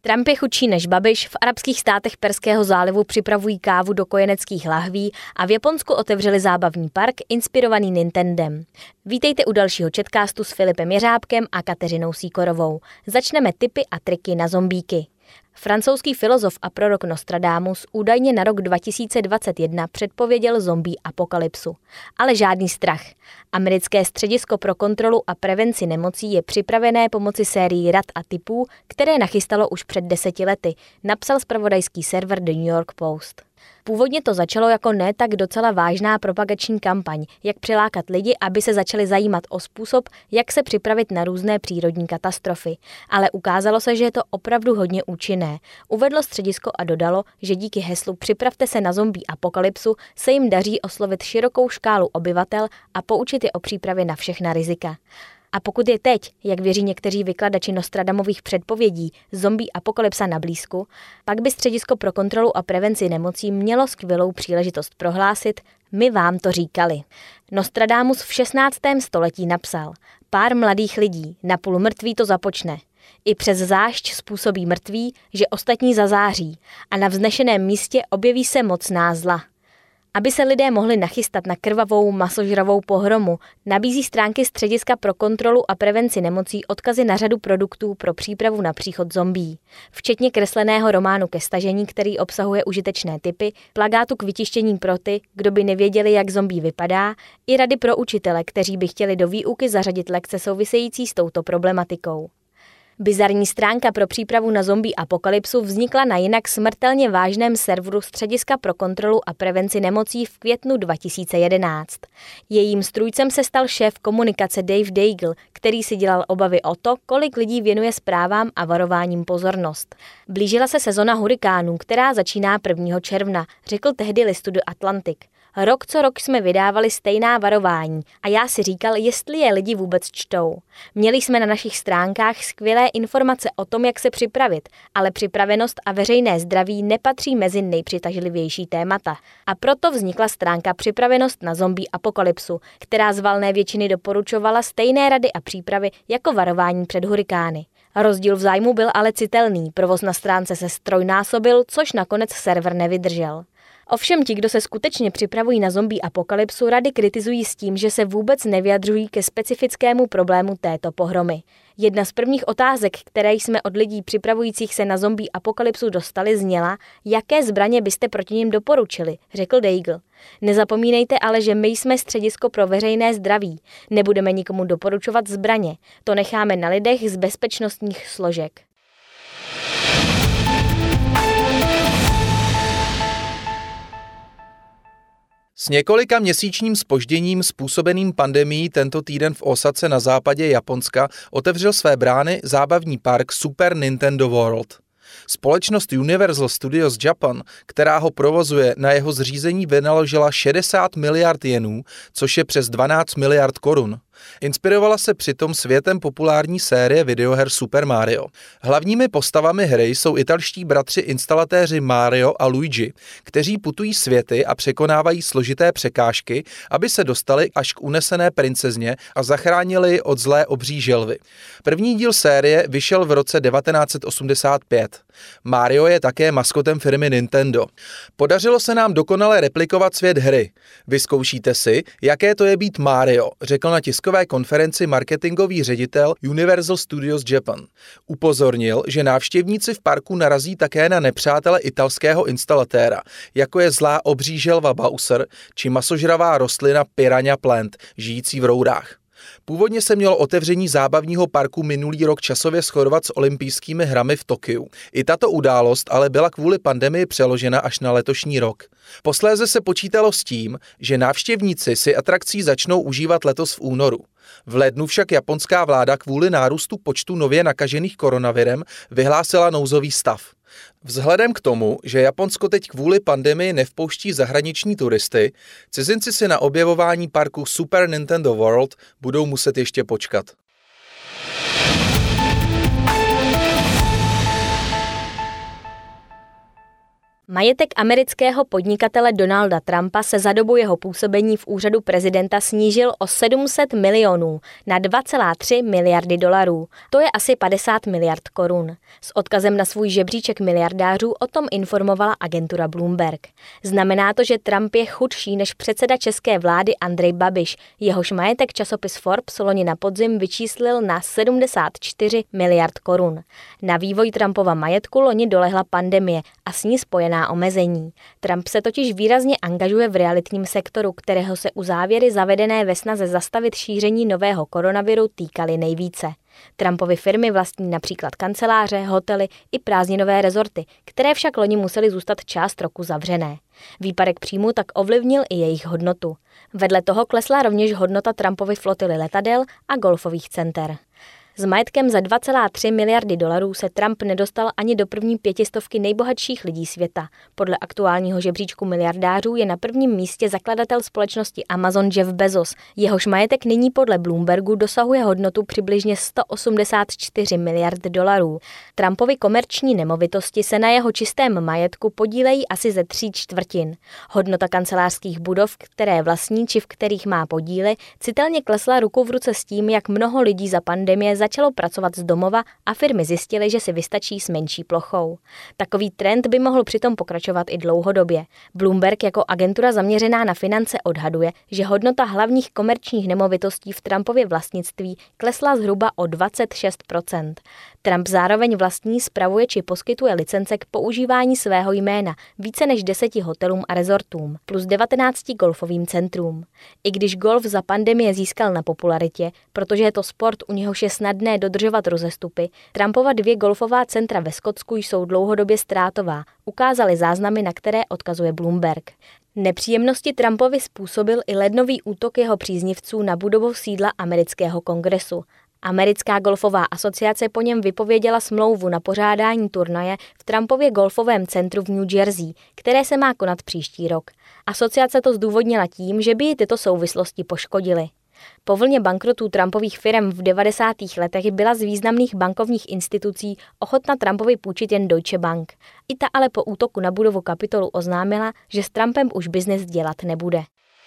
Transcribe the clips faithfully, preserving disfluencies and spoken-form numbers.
Trump je chudší než Babiš, v arabských státech Perského zálivu připravují kávu do kojeneckých lahví a v Japonsku otevřeli zábavní park inspirovaný Nintendem. Vítejte u dalšího chatcastu s Filipem Jeřábkem a Kateřinou Sýkorovou. Začneme tipy a triky na zombíky. Francouzský filozof a prorok Nostradamus údajně na rok dva tisíce dvacet jedna předpověděl zombie apokalypsu. Ale žádný strach. Americké středisko pro kontrolu a prevenci nemocí je připravené pomocí sérii rad a tipů, které nachystalo už před deseti lety, napsal zpravodajský server The New York Post. Původně to začalo jako ne tak docela vážná propagační kampaň, jak přilákat lidi, aby se začali zajímat o způsob, jak se připravit na různé přírodní katastrofy. Ale ukázalo se, že je to opravdu hodně účinné. Uvedlo středisko a dodalo, že díky heslu Připravte se na zombie apokalypsu se jim daří oslovit širokou škálu obyvatel a poučit je o přípravě na všechna rizika. A pokud je teď, jak věří někteří vykladači Nostradamových předpovědí, zombie apokalypsa na blízku, pak by Středisko pro kontrolu a prevenci nemocí mělo skvělou příležitost prohlásit: my vám to říkali. Nostradamus v šestnáctém století napsal: pár mladých lidí, napůl mrtví to započne. I přes zášť způsobí mrtví, že ostatní zazáří a na vznešeném místě objeví se mocná zla. Aby se lidé mohli nachystat na krvavou, masožravou pohromu, nabízí stránky Střediska pro kontrolu a prevenci nemocí odkazy na řadu produktů pro přípravu na příchod zombí. Včetně kresleného románu ke stažení, který obsahuje užitečné tipy, plakátu k vytištění pro ty, kdo by nevěděli, jak zombie vypadá, i rady pro učitele, kteří by chtěli do výuky zařadit lekce související s touto problematikou. Bizarní stránka pro přípravu na zombie apokalypsu vznikla na jinak smrtelně vážném serveru Střediska pro kontrolu a prevenci nemocí v květnu dva tisíce jedenáct. Jejím strůjcem se stal šéf komunikace Dave Daigle, který si dělal obavy o to, kolik lidí věnuje zprávám a varováním pozornost. Blížila se sezona hurikánů, která začíná prvního června, řekl tehdy listu The Atlantic. Rok co rok jsme vydávali stejná varování a já si říkal, jestli je lidi vůbec čtou. Měli jsme na našich stránkách skvělé informace o tom, jak se připravit, ale připravenost a veřejné zdraví nepatří mezi nejpřitažlivější témata. A proto vznikla stránka Připravenost na zombie apokalypsu, která z valné většiny doporučovala stejné rady a přípravy jako varování před hurikány. Rozdíl v zájmu byl ale citelný, provoz na stránce se ztrojnásobil, což nakonec server nevydržel. Ovšem ti, kdo se skutečně připravují na zombie apokalypsu, rady kritizují s tím, že se vůbec nevyjadřují ke specifickému problému této pohromy. Jedna z prvních otázek, které jsme od lidí připravujících se na zombie apokalypsu dostali, zněla: jaké zbraně byste proti nim doporučili, řekl Daigle. Nezapomínejte ale, že my jsme Středisko pro veřejné zdraví. Nebudeme nikomu doporučovat zbraně. To necháme na lidech z bezpečnostních složek. S několika měsíčním zpožděním způsobeným pandemií tento týden v Osace na západě Japonska otevřel své brány zábavní park Super Nintendo World. Společnost Universal Studios Japan, která ho provozuje, na jeho zřízení vynaložila šedesát miliard jenů, což je přes dvanáct miliard korun. Inspirovala se přitom světem populární série videoher Super Mario. Hlavními postavami hry jsou italští bratři instalatéři Mario a Luigi, kteří putují světy a překonávají složité překážky, aby se dostali až k unesené princezně a zachránili ji od zlé obří želvy. První díl série vyšel v roce devatenáct set osmdesát pět. Mario je také maskotem firmy Nintendo. Podařilo se nám dokonale replikovat svět hry. Vyzkoušíte si, jaké to je být Mario, řekl na tiskové konferenci marketingový ředitel Universal Studios Japan. Upozornil, že návštěvníci v parku narazí také na nepřátele italského instalatéra, jako je zlá obří želva Bowser či masožravá rostlina Piranha Plant, žijící v rourách. Původně se mělo otevření zábavního parku minulý rok časově shodovat s olympijskými hrami v Tokiu. I tato událost ale byla kvůli pandemii přeložena až na letošní rok. Posléze se počítalo s tím, že návštěvníci si atrakcí začnou užívat letos v únoru. V lednu však japonská vláda kvůli nárůstu počtu nově nakažených koronavirem vyhlásila nouzový stav. Vzhledem k tomu, že Japonsko teď kvůli pandemii nevpouští zahraniční turisty, cizinci si na objevování parku Super Nintendo World budou muset ještě počkat. Majetek amerického podnikatele Donalda Trumpa se za dobu jeho působení v úřadu prezidenta snížil o sedm set milionů na dva celá tři miliardy dolarů. To je asi padesát miliard korun. S odkazem na svůj žebříček miliardářů o tom informovala agentura Bloomberg. Znamená to, že Trump je chudší než předseda české vlády Andrej Babiš, jehož majetek časopis Forbes loni na podzim vyčíslil na sedmdesát čtyři miliard korun. Na vývoj Trumpova majetku loni dolehla pandemie a s ní spojená omezení. Trump se totiž výrazně angažuje v realitním sektoru, kterého se uzávěry zavedené ve snaze zastavit šíření nového koronaviru týkaly nejvíce. Trumpovy firmy vlastní například kanceláře, hotely i prázdninové rezorty, které však loni musely zůstat část roku zavřené. Výpadek příjmu tak ovlivnil i jejich hodnotu. Vedle toho klesla rovněž hodnota Trumpovy flotily letadel a golfových center. S majetkem za dva celá tři miliardy dolarů se Trump nedostal ani do první pětistovky nejbohatších lidí světa. Podle aktuálního žebříčku miliardářů je na prvním místě zakladatel společnosti Amazon Jeff Bezos. Jehož majetek nyní podle Bloombergu dosahuje hodnotu přibližně sto osmdesát čtyři miliard dolarů. Trumpovy komerční nemovitosti se na jeho čistém majetku podílejí asi ze tří čtvrtin. Hodnota kancelářských budov, které vlastní či v kterých má podíly, citelně klesla ruku v ruce s tím, jak mnoho lidí za pandemie začalo pracovat z domova a firmy zjistily, že si vystačí s menší plochou. Takový trend by mohl přitom pokračovat i dlouhodobě. Bloomberg jako agentura zaměřená na finance odhaduje, že hodnota hlavních komerčních nemovitostí v Trumpově vlastnictví klesla zhruba o dvacet šest procent. Trump zároveň vlastní, spravuje či poskytuje licence k používání svého jména více než deseti hotelům a rezortům, plus devatenácti golfovým centrům. I když golf za pandemie získal na popularitě, protože je to sport, u něhož je snadné dodržovat rozestupy, Trumpova dvě golfová centra ve Skotsku jsou dlouhodobě ztrátová, ukázaly záznamy, na které odkazuje Bloomberg. Nepříjemnosti Trumpovi způsobil i lednový útok jeho příznivců na budovu sídla amerického kongresu. Americká golfová asociace po něm vypověděla smlouvu na pořádání turnaje v Trumpově golfovém centru v New Jersey, které se má konat příští rok. Asociace to zdůvodnila tím, že by ji tyto souvislosti poškodily. Po vlně bankrotů Trumpových firem v devadesátých letech byla z významných bankovních institucí ochotna Trumpovi půjčit jen Deutsche Bank. I ta ale po útoku na budovu Kapitolu oznámila, že s Trumpem už biznes dělat nebude.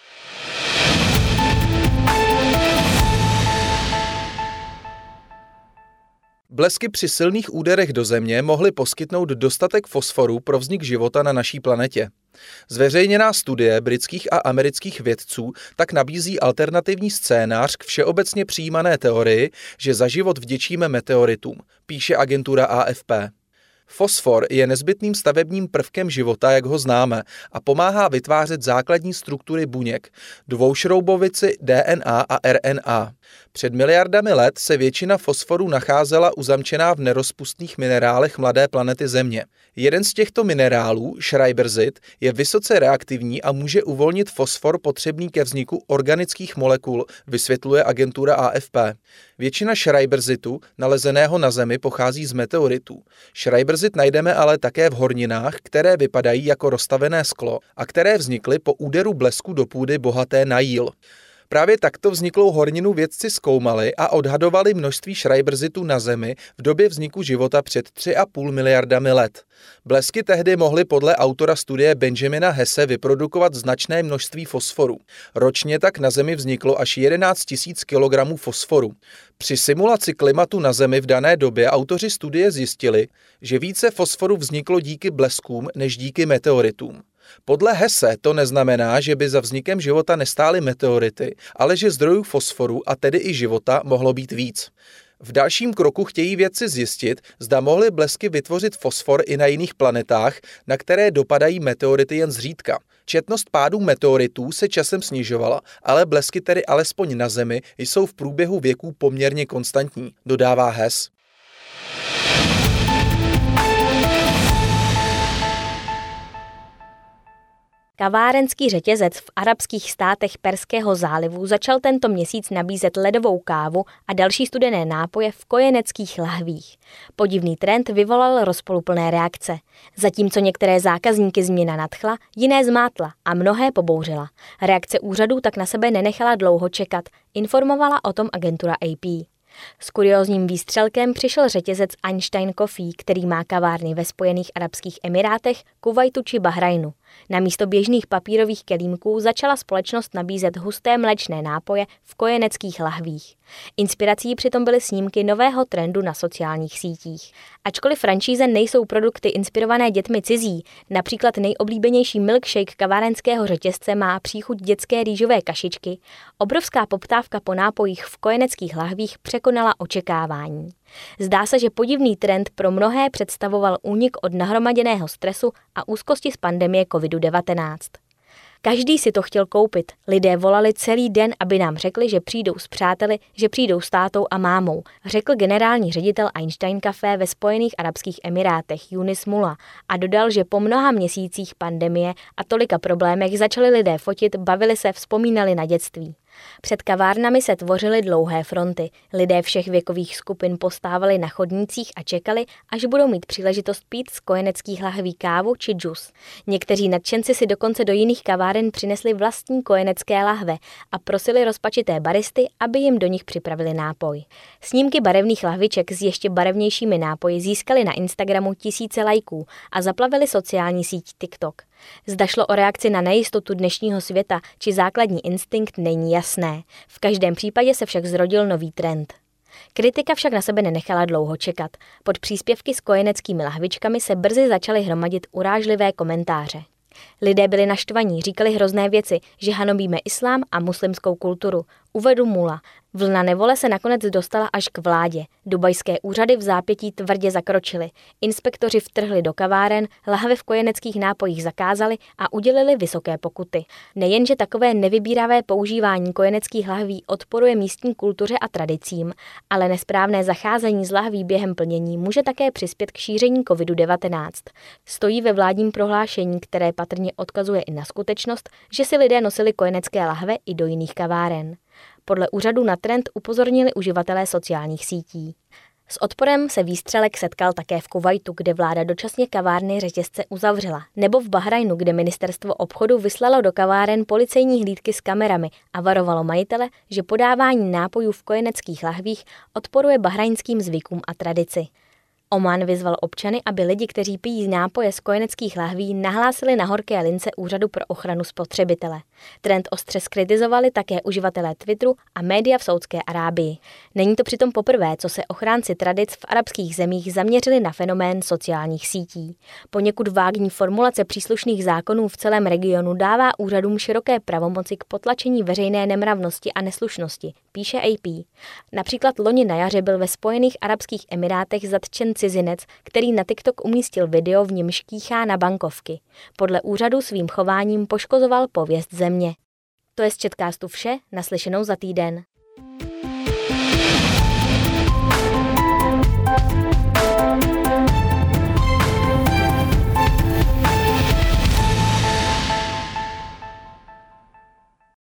Blesky při silných úderech do země mohly poskytnout dostatek fosforu pro vznik života na naší planetě. Zveřejněná studie britských a amerických vědců tak nabízí alternativní scénář k všeobecně přijímané teorii, že za život vděčíme meteoritům, píše agentura A F P. Fosfor je nezbytným stavebním prvkem života, jak ho známe, a pomáhá vytvářet základní struktury buněk, dvoušroubovici D N A a R N A. Před miliardami let se většina fosforu nacházela uzamčená v nerozpustných minerálech mladé planety Země. Jeden z těchto minerálů, schreibersite, je vysoce reaktivní a může uvolnit fosfor potřebný ke vzniku organických molekul, vysvětluje agentura A F P. Většina schreibersitu, nalezeného na Zemi, pochází z meteoritů. Schreibersit najdeme ale také v horninách, které vypadají jako roztavené sklo a které vznikly po úderu blesku do půdy bohaté na jíl. Právě takto vzniklou horninu vědci zkoumali a odhadovali množství schreibersitu na Zemi v době vzniku života před tři a půl miliardami let. Blesky tehdy mohly podle autora studie Benjamina Hesse vyprodukovat značné množství fosforu. Ročně tak na Zemi vzniklo až jedenáct tisíc kilogramů fosforu. Při simulaci klimatu na Zemi v dané době autoři studie zjistili, že více fosforu vzniklo díky bleskům než díky meteoritům. Podle Hesse to neznamená, že by za vznikem života nestály meteority, ale že zdrojů fosforu a tedy i života mohlo být víc. V dalším kroku chtějí vědci zjistit, zda mohly blesky vytvořit fosfor i na jiných planetách, na které dopadají meteority jen zřídka. Četnost pádů meteoritů se časem snižovala, ale blesky tedy alespoň na Zemi jsou v průběhu věků poměrně konstantní, dodává Hess. Kavárenský řetězec v arabských státech Perského zálivu začal tento měsíc nabízet ledovou kávu a další studené nápoje v kojeneckých lahvích. Podivný trend vyvolal rozpoluplné reakce. Zatímco některé zákazníky změna nadchla, jiné zmátla a mnohé pobouřila. Reakce úřadů tak na sebe nenechala dlouho čekat, informovala o tom agentura A P. S kuriózním výstřelkem přišel řetězec Einstein Coffee, který má kavárny ve Spojených arabských emirátech, Kuvajtu či Bahrajnu. Namísto běžných papírových kelímků začala společnost nabízet husté mléčné nápoje v kojeneckých lahvích. Inspirací přitom byly snímky nového trendu na sociálních sítích. Ačkoliv franšíze nejsou produkty inspirované dětmi cizí, například nejoblíbenější milkshake kavárenského řetězce má příchuť dětské rýžové kašičky, obrovská poptávka po nápojích v kojeneckých lahvích překonala očekávání. Zdá se, že podivný trend pro mnohé představoval únik od nahromaděného stresu a úzkosti z pandemie kovid devatenáct. Každý si to chtěl koupit. Lidé volali celý den, aby nám řekli, že přijdou s přáteli, že přijdou s tátou a mámou, řekl generální ředitel Einstein Café ve Spojených arabských emirátech Yunis Mula a dodal, že po mnoha měsících pandemie a tolika problémech začali lidé fotit, bavili se, vzpomínali na dětství. Před kavárnami se tvořily dlouhé fronty. Lidé všech věkových skupin postávali na chodnících a čekali, až budou mít příležitost pít z kojeneckých lahví kávu či džus. Někteří nadšenci si dokonce do jiných kaváren přinesli vlastní kojenecké lahve a prosili rozpačité baristy, aby jim do nich připravili nápoj. Snímky barevných lahviček s ještě barevnějšími nápoji získaly na Instagramu tisíce lajků a zaplavili sociální síť TikTok. Zda šlo o reakci na nejistotu dnešního světa či základní instinkt, není jasné. V každém případě se však zrodil nový trend. Kritika však na sebe nenechala dlouho čekat. Pod příspěvky s kojeneckými lahvičkami se brzy začaly hromadit urážlivé komentáře. Lidé byli naštvaní, říkali hrozné věci, že hanobíme islám a muslimskou kulturu, uvedl Mula. Vlna nevole se nakonec dostala až k vládě. Dubajské úřady v zápětí tvrdě zakročily. Inspektoři vtrhli do kaváren, lahve v kojeneckých nápojích zakázali a udělili vysoké pokuty. Nejenže takové nevybíravé používání kojeneckých lahví odporuje místní kultuře a tradicím, ale nesprávné zacházení z lahví během plnění může také přispět k šíření kovid devatenáct. Stojí ve vládním prohlášení, které patrně odkazuje i na skutečnost, že si lidé nosili kojenecké lahve i do jiných kaváren. Podle úřadu na trend upozornili uživatelé sociálních sítí. S odporem se výstřelek setkal také v Kuvajtu, kde vláda dočasně kavárny řetězce uzavřela, nebo v Bahrajnu, kde ministerstvo obchodu vyslalo do kaváren policejní hlídky s kamerami a varovalo majitele, že podávání nápojů v kojeneckých lahvích odporuje bahrajnským zvykům a tradici. Oman vyzval občany, aby lidi, kteří pijí nápoje z kojeneckých lahví, nahlásili na horké lince Úřadu pro ochranu spotřebitele. Trend ostře skritizovali také uživatelé Twitteru a média v Saúdské Arábii. Není to přitom poprvé, co se ochránci tradic v arabských zemích zaměřili na fenomén sociálních sítí. Poněkud vágní formulace příslušných zákonů v celém regionu dává úřadům široké pravomoci k potlačení veřejné nemravnosti a neslušnosti, píše A P. Například loni na jaře byl ve Spojených arabských emirátech zatčen cizinec, který na TikTok umístil video, v němž kýchá na bankovky. Podle úřadu svým chováním poškozoval pověst země. To je z Chatcastu vše, naslyšenou za týden.